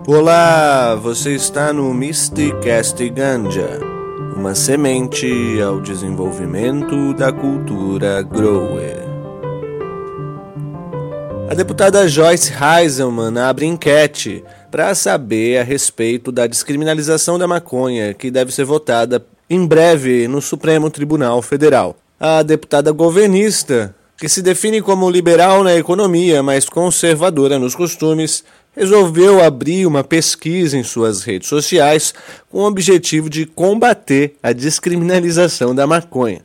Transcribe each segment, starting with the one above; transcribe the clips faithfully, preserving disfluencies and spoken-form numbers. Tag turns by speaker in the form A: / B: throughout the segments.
A: Olá, você está no Mysticast Ganja, uma semente ao desenvolvimento da cultura grower. A deputada Joyce Hasselmann abre enquete para saber a respeito da descriminalização da maconha, que deve ser votada em breve no Supremo Tribunal Federal. A deputada governista, que se define como liberal na economia, mas conservadora nos costumes, resolveu abrir uma pesquisa em suas redes sociais com o objetivo de combater a descriminalização da maconha.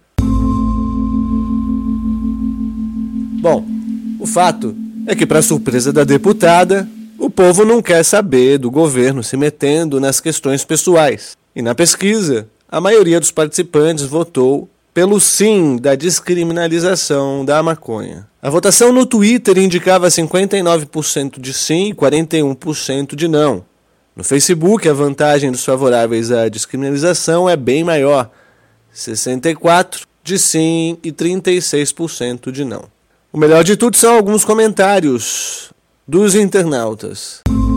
A: Bom, o fato é que, para surpresa da deputada, o povo não quer saber do governo se metendo nas questões pessoais. E na pesquisa, a maioria dos participantes votou pelo sim da descriminalização da maconha. A votação no Twitter indicava cinquenta e nove por cento de sim e quarenta e um por cento de não. No Facebook, a vantagem dos favoráveis à descriminalização é bem maior, sessenta e quatro por cento de sim e trinta e seis por cento de não. O melhor de tudo são alguns comentários dos internautas.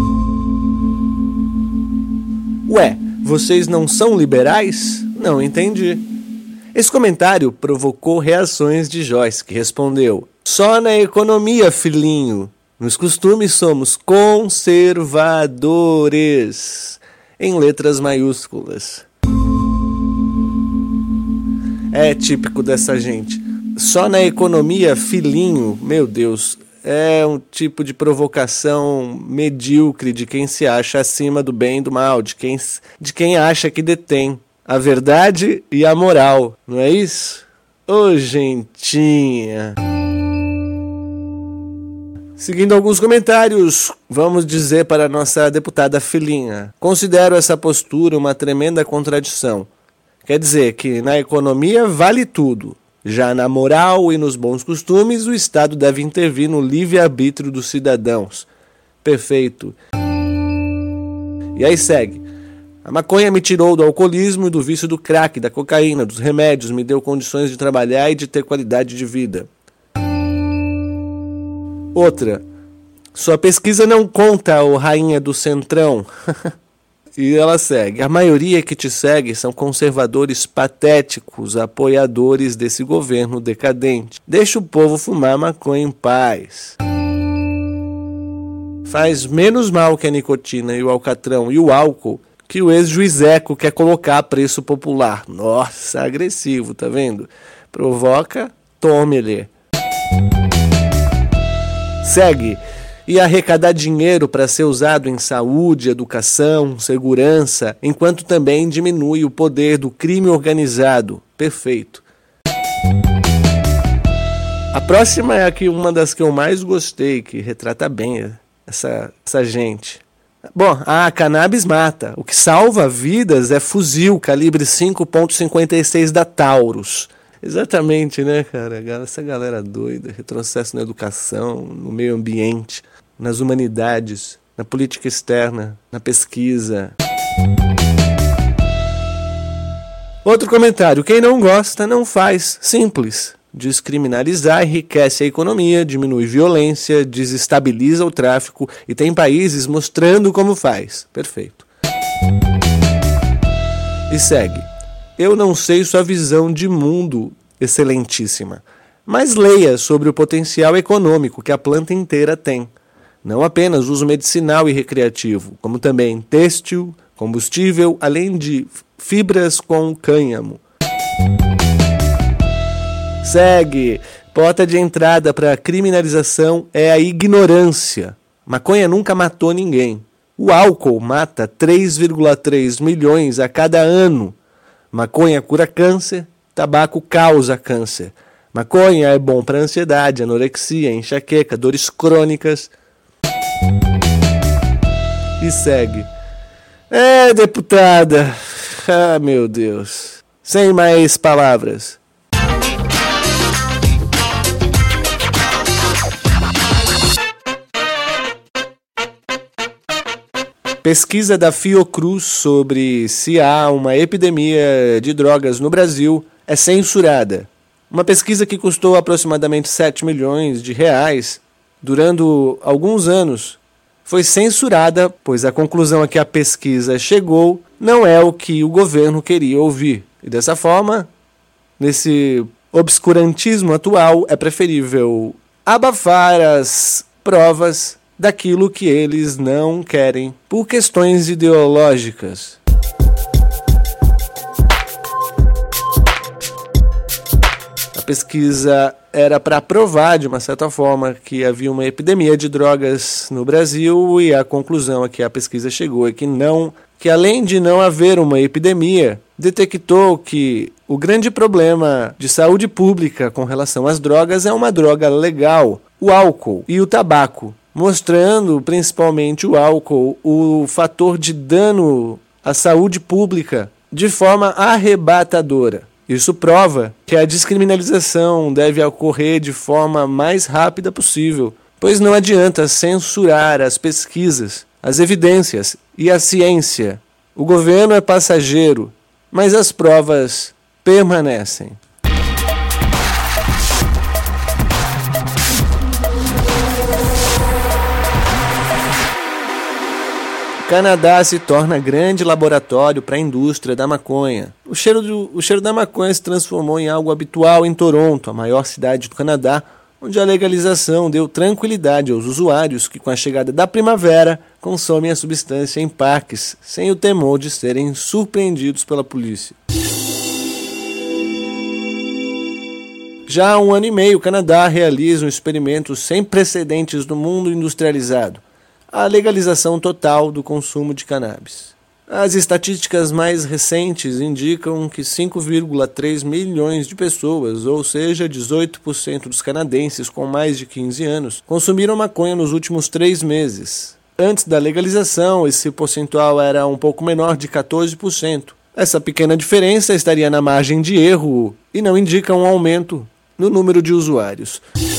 A: Ué, vocês não são liberais? Não entendi. Esse comentário provocou reações de Joyce, que respondeu: só na economia, filhinho. Nos costumes somos conservadores, em letras maiúsculas. É típico dessa gente. Só na economia, filhinho, meu Deus, é um tipo de provocação medíocre de quem se acha acima do bem e do mal, de quem, de quem acha que detém a verdade e a moral, não é isso? Ô, gentinha! Seguindo alguns comentários, vamos dizer para a nossa deputada filhinha: considero essa postura uma tremenda contradição. Quer dizer que na economia vale tudo. Já na moral e nos bons costumes, o Estado deve intervir no livre-arbítrio dos cidadãos. Perfeito. E aí segue. A maconha me tirou do alcoolismo e do vício do crack, da cocaína, dos remédios, me deu condições de trabalhar e de ter qualidade de vida. Outra. Sua pesquisa não conta, ô rainha do centrão. E ela segue. A maioria que te segue são conservadores patéticos, apoiadores desse governo decadente. Deixa o povo fumar maconha em paz. Faz menos mal que a nicotina e o alcatrão e o álcool que o ex-juizeco quer colocar a preço popular. Nossa, agressivo, tá vendo? Provoca, tome-lhe. Segue. E arrecadar dinheiro para ser usado em saúde, educação, segurança, enquanto também diminui o poder do crime organizado. Perfeito. A próxima é aqui uma das que eu mais gostei, que retrata bem essa, essa gente. Bom, a cannabis mata. O que salva vidas é fuzil calibre cinco ponto cinquenta e seis da Taurus. Exatamente, né, cara? Essa galera doida. Retrocesso na educação, no meio ambiente, nas humanidades, na política externa, na pesquisa. Outro comentário. Quem não gosta, não faz. Simples. Descriminalizar enriquece a economia, diminui violência, desestabiliza o tráfico e tem países mostrando como faz. Perfeito. E segue. Eu não sei sua visão de mundo, excelentíssima, mas leia sobre o potencial econômico que a planta inteira tem. Não apenas uso medicinal e recreativo, como também têxtil, combustível, além de fibras com cânhamo. Segue. Porta de entrada para a criminalização é a ignorância. Maconha nunca matou ninguém. O álcool mata três vírgula três milhões a cada ano. Maconha cura câncer, tabaco causa câncer. Maconha é bom para ansiedade, anorexia, enxaqueca, dores crônicas. E segue. É, deputada. Ah, meu Deus. Sem mais palavras. Pesquisa da Fiocruz sobre se há uma epidemia de drogas no Brasil é censurada. Uma pesquisa que custou aproximadamente sete milhões de reais, durando alguns anos, foi censurada, pois a conclusão a que a pesquisa chegou não é o que o governo queria ouvir. E dessa forma, nesse obscurantismo atual, é preferível abafar as provas daquilo que eles não querem por questões ideológicas. A pesquisa era para provar, de uma certa forma, que havia uma epidemia de drogas no Brasil, e a conclusão a que a pesquisa chegou é que não, que além de não haver uma epidemia, detectou que o grande problema de saúde pública com relação às drogas é uma droga legal, o álcool e o tabaco, mostrando principalmente o álcool o fator de dano à saúde pública de forma arrebatadora. Isso prova que a descriminalização deve ocorrer de forma mais rápida possível, pois não adianta censurar as pesquisas, as evidências e a ciência. O governo é passageiro, mas as provas permanecem. O Canadá se torna grande laboratório para a indústria da maconha. O cheiro, do, o cheiro da maconha se transformou em algo habitual em Toronto, a maior cidade do Canadá, onde a legalização deu tranquilidade aos usuários que, com a chegada da primavera, consomem a substância em parques, sem o temor de serem surpreendidos pela polícia. Já há um ano e meio, o Canadá realiza um experimento sem precedentes no mundo industrializado: a legalização total do consumo de cannabis. As estatísticas mais recentes indicam que cinco vírgula três milhões de pessoas, ou seja, dezoito por cento dos canadenses com mais de quinze anos, consumiram maconha nos últimos três meses. Antes da legalização, esse percentual era um pouco menor, de quatorze por cento. Essa pequena diferença estaria na margem de erro e não indica um aumento no número de usuários.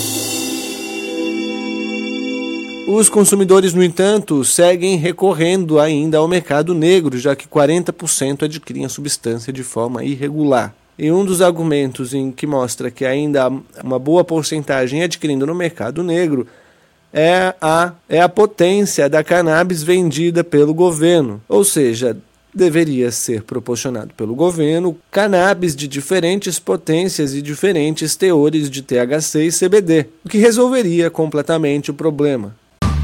A: Os consumidores, no entanto, seguem recorrendo ainda ao mercado negro, já que quarenta por cento adquirem a substância de forma irregular. E um dos argumentos em que mostra que ainda há uma boa porcentagem adquirindo no mercado negro é a, é a potência da cannabis vendida pelo governo. Ou seja, deveria ser proporcionado pelo governo cannabis de diferentes potências e diferentes teores de T H C e C B D, o que resolveria completamente o problema.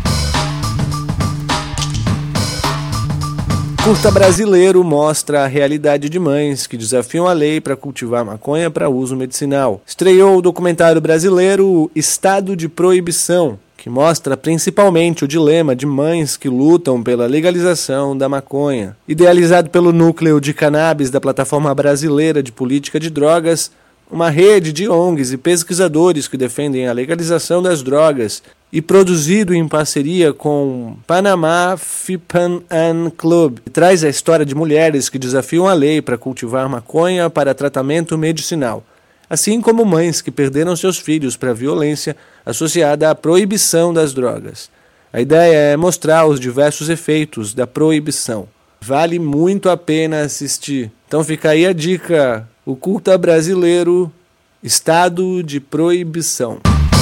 A: Curta brasileiro mostra a realidade de mães que desafiam a lei para cultivar maconha para uso medicinal. Estreou o documentário brasileiro Estado de Proibição, que mostra principalmente o dilema de mães que lutam pela legalização da maconha. Idealizado pelo Núcleo de Cannabis da Plataforma Brasileira de Política de Drogas, uma rede de O N Gs e pesquisadores que defendem a legalização das drogas, e produzido em parceria com Panama Fipan and Club, que traz a história de mulheres que desafiam a lei para cultivar maconha para tratamento medicinal, assim como mães que perderam seus filhos para a violência associada à proibição das drogas. A ideia é mostrar os diversos efeitos da proibição. Vale muito a pena assistir. Então fica aí a dica: o curta brasileiro Estado de Proibição.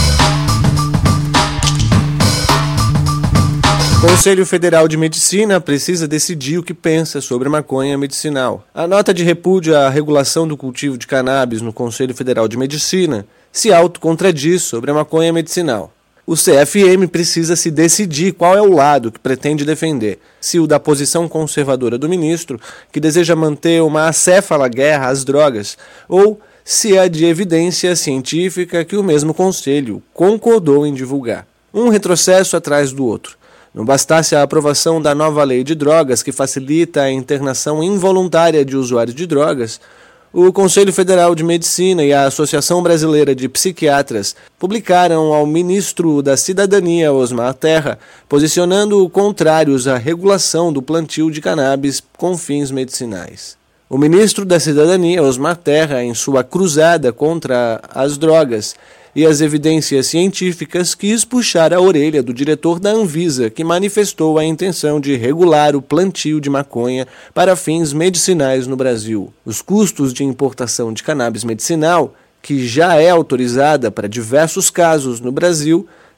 A: O Conselho Federal de Medicina precisa decidir o que pensa sobre maconha medicinal. A nota de repúdio à regulação do cultivo de cannabis no Conselho Federal de Medicina se autocontradiz sobre a maconha medicinal. O C F M precisa se decidir qual é o lado que pretende defender, se o da posição conservadora do ministro, que deseja manter uma acéfala guerra às drogas, ou se é de evidência científica que o mesmo Conselho concordou em divulgar. Um retrocesso atrás do outro. Não bastasse a aprovação da nova lei de drogas, que facilita a internação involuntária de usuários de drogas, o Conselho Federal de Medicina e a Associação Brasileira de Psiquiatras publicaram ao ministro da Cidadania, Osmar Terra, posicionando contrários à regulação do plantio de cannabis com fins medicinais. O ministro da Cidadania, Osmar Terra, em sua cruzada contra as drogas e as evidências científicas, quis puxar a orelha do diretor da Anvisa, que manifestou a intenção de regular o plantio de maconha para fins medicinais no Brasil. Os custos de importação de cannabis medicinal, que já é autorizada para diversos casos no Brasil,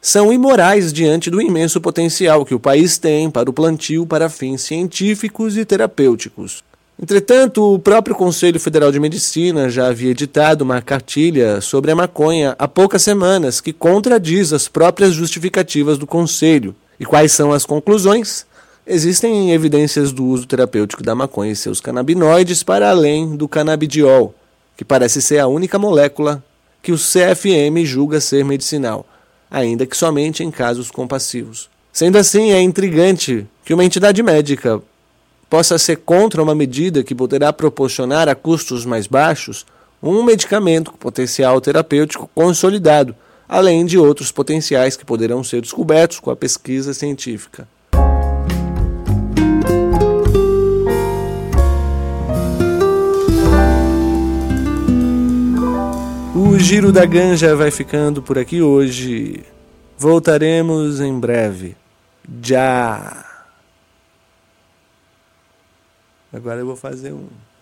A: são imorais diante do imenso potencial que o país tem para o plantio para fins científicos e terapêuticos. Entretanto, o próprio Conselho Federal de Medicina já havia editado uma cartilha sobre a maconha há poucas semanas que contradiz as próprias justificativas do Conselho. E quais são as conclusões? Existem evidências do uso terapêutico da maconha e seus canabinoides para além do canabidiol, que parece ser a única molécula que o C F M julga ser medicinal, ainda que somente em casos compassivos. Sendo assim, é intrigante que uma entidade médica possa ser contra uma medida que poderá proporcionar a custos mais baixos um medicamento com potencial terapêutico consolidado, além de outros potenciais que poderão ser descobertos com a pesquisa científica. O Giro da Ganja vai ficando por aqui hoje. Voltaremos em breve. Já! Agora eu vou fazer um...